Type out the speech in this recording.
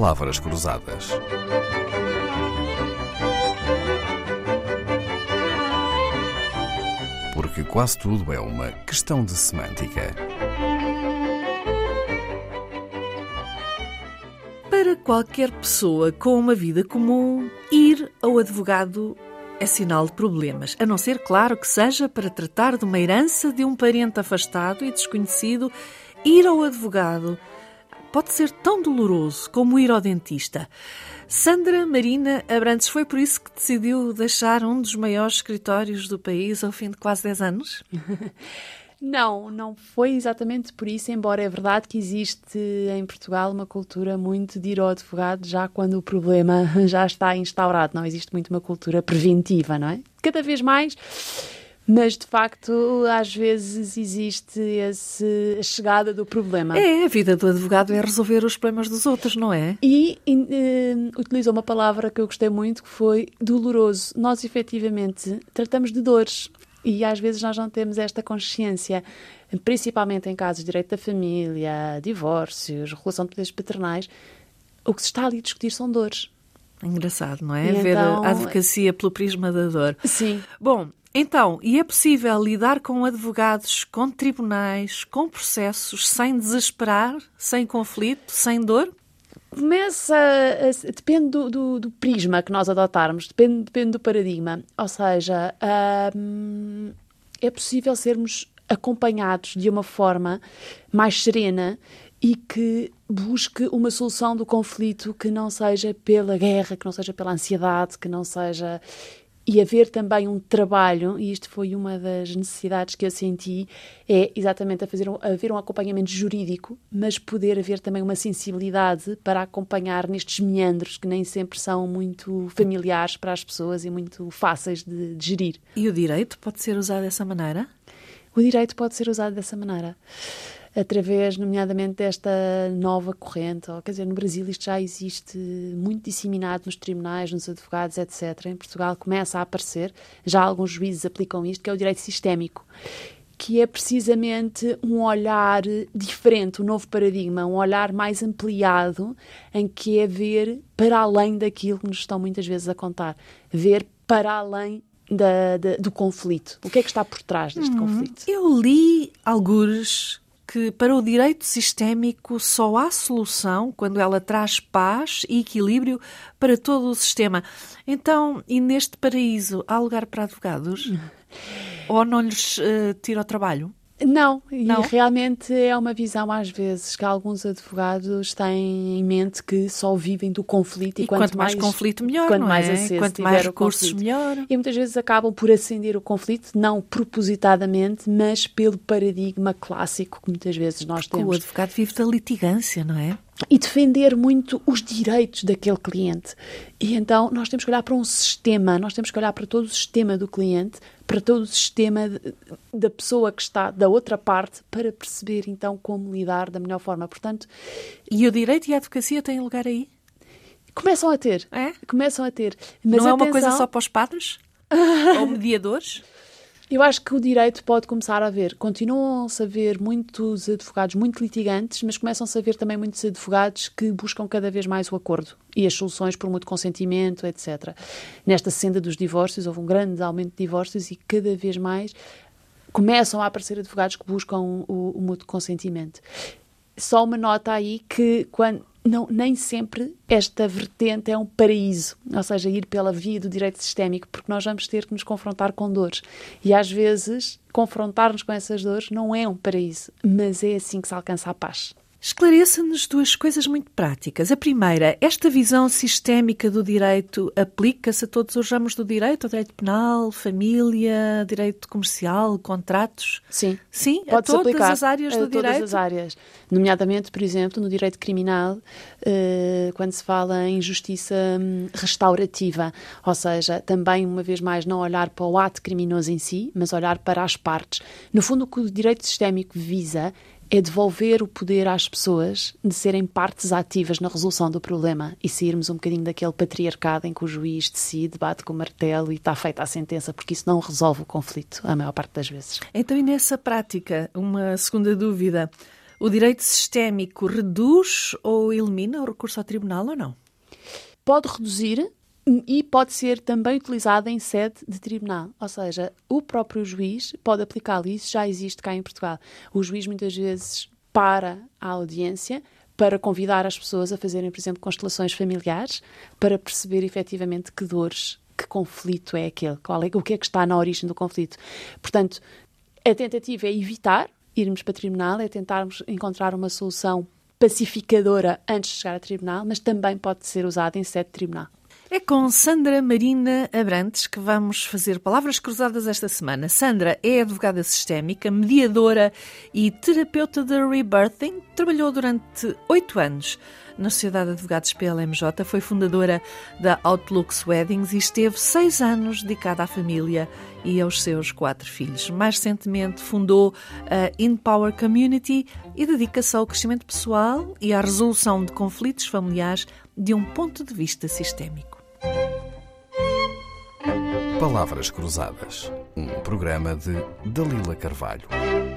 palavras cruzadas. Porque quase tudo é uma questão de semântica. Para qualquer pessoa com uma vida comum, ir ao advogado é sinal de problemas, a não ser, claro, que seja para tratar de uma herança de um parente afastado e desconhecido. Ir ao advogado pode ser tão doloroso como ir ao dentista. Sandra Marina Abrantes, foi por isso que decidiu deixar um dos maiores escritórios do país ao fim de quase 10 anos? Não foi exatamente por isso, embora é verdade que existe em Portugal uma cultura muito de ir ao advogado já quando o problema já está instaurado. Não existe muito uma cultura preventiva, não é? Cada vez mais, mas de facto às vezes existe a chegada do problema. A vida do advogado é resolver os problemas dos outros, não é? E utilizou uma palavra que eu gostei muito, que foi doloroso. Nós efetivamente tratamos de dores. E às vezes nós não temos esta consciência, principalmente em casos de direito da família, divórcios, regulação de poderes paternais, o que se está ali a discutir são dores. Engraçado, não é? Ver a advocacia pelo prisma da dor. Sim. Bom, então, e é possível lidar com advogados, com tribunais, com processos, sem desesperar, sem conflito, sem dor? Depende do prisma que nós adotarmos, depende do paradigma. Ou seja, é possível sermos acompanhados de uma forma mais serena e que busque uma solução do conflito que não seja pela guerra, que não seja pela ansiedade, que não seja... E haver também um trabalho, e isto foi uma das necessidades que eu senti, é exatamente haver um acompanhamento jurídico, mas poder haver também uma sensibilidade para acompanhar nestes meandros que nem sempre são muito familiares para as pessoas e muito fáceis de gerir. E o direito pode ser usado dessa maneira? O direito pode ser usado dessa maneira. Através, nomeadamente, desta nova corrente. Quer dizer, no Brasil isto já existe muito disseminado nos tribunais, nos advogados, etc. Em Portugal começa a aparecer, já alguns juízes aplicam isto, que é o direito sistémico, que é precisamente um olhar diferente, um novo paradigma, um olhar mais ampliado, em que é ver para além daquilo que nos estão muitas vezes a contar. Ver para além do conflito. O que é que está por trás deste conflito? Eu li algures que para o direito sistémico só há solução quando ela traz paz e equilíbrio para todo o sistema. Então, e neste paraíso, há lugar para advogados? Ou não lhes tira o trabalho? Não, e realmente é uma visão às vezes que alguns advogados têm em mente que só vivem do conflito e quanto mais conflito melhor, quanto não mais é? aceso Quanto mais recursos conflito, melhor. E muitas vezes acabam por acender o conflito, não propositadamente, mas pelo paradigma clássico que muitas vezes nós temos. O advogado vive da litigância, não é? E defender muito os direitos daquele cliente. E então nós temos que olhar para um sistema, nós temos que olhar para todo o sistema do cliente, para todo o sistema da pessoa que está da outra parte, para perceber então como lidar da melhor forma. Portanto, e o direito e a advocacia têm lugar aí? Começam a ter. É? Começam a ter. Mas não é uma coisa só para os padres? Ou mediadores? Eu acho que o direito pode começar a haver. Continuam-se a ver muitos advogados muito litigantes, mas começam-se a ver também muitos advogados que buscam cada vez mais o acordo e as soluções por mútuo consentimento, etc. Nesta senda dos divórcios, houve um grande aumento de divórcios e cada vez mais começam a aparecer advogados que buscam o mútuo consentimento. Só uma nota aí que nem sempre esta vertente é um paraíso, ou seja, ir pela via do direito sistémico, porque nós vamos ter que nos confrontar com dores. E às vezes, confrontar-nos com essas dores não é um paraíso, mas é assim que se alcança a paz. Esclareça-nos duas coisas muito práticas. A primeira, esta visão sistémica do direito aplica-se a todos os ramos do direito? Ao direito penal, família, direito comercial, contratos? Sim. Sim, a todas as áreas do direito? A todas as áreas. Nomeadamente, por exemplo, no direito criminal, quando se fala em justiça restaurativa. Ou seja, também, uma vez mais, não olhar para o ato criminoso em si, mas olhar para as partes. No fundo, o que o direito sistémico visa é devolver o poder às pessoas de serem partes ativas na resolução do problema e sairmos um bocadinho daquele patriarcado em que o juiz decide, bate com o martelo e está feita a sentença, porque isso não resolve o conflito, a maior parte das vezes. Então, e nessa prática, uma segunda dúvida, O direito sistémico reduz ou elimina o recurso ao tribunal ou não? Pode reduzir e pode ser também utilizado em sede de tribunal. Ou seja, o próprio juiz pode aplicá-lo. Isso já existe cá em Portugal. O juiz muitas vezes para a audiência para convidar as pessoas a fazerem, por exemplo, constelações familiares, para perceber efetivamente que dores, que conflito é aquele, o que é que está na origem do conflito. Portanto, a tentativa é evitar irmos para tribunal, é tentarmos encontrar uma solução pacificadora antes de chegar a tribunal, mas também pode ser usado em sede de tribunal. É com Sandra Marina Abrantes que vamos fazer palavras cruzadas esta semana. Sandra é advogada sistémica, mediadora e terapeuta de rebirthing. Trabalhou durante 8 anos na Sociedade de Advogados PLMJ, foi fundadora da Outlooks Weddings e esteve 6 anos dedicada à família e aos seus 4 filhos. Mais recentemente fundou a InPower Community e dedica-se ao crescimento pessoal e à resolução de conflitos familiares de um ponto de vista sistémico. Palavras Cruzadas, um programa de Dalila Carvalho.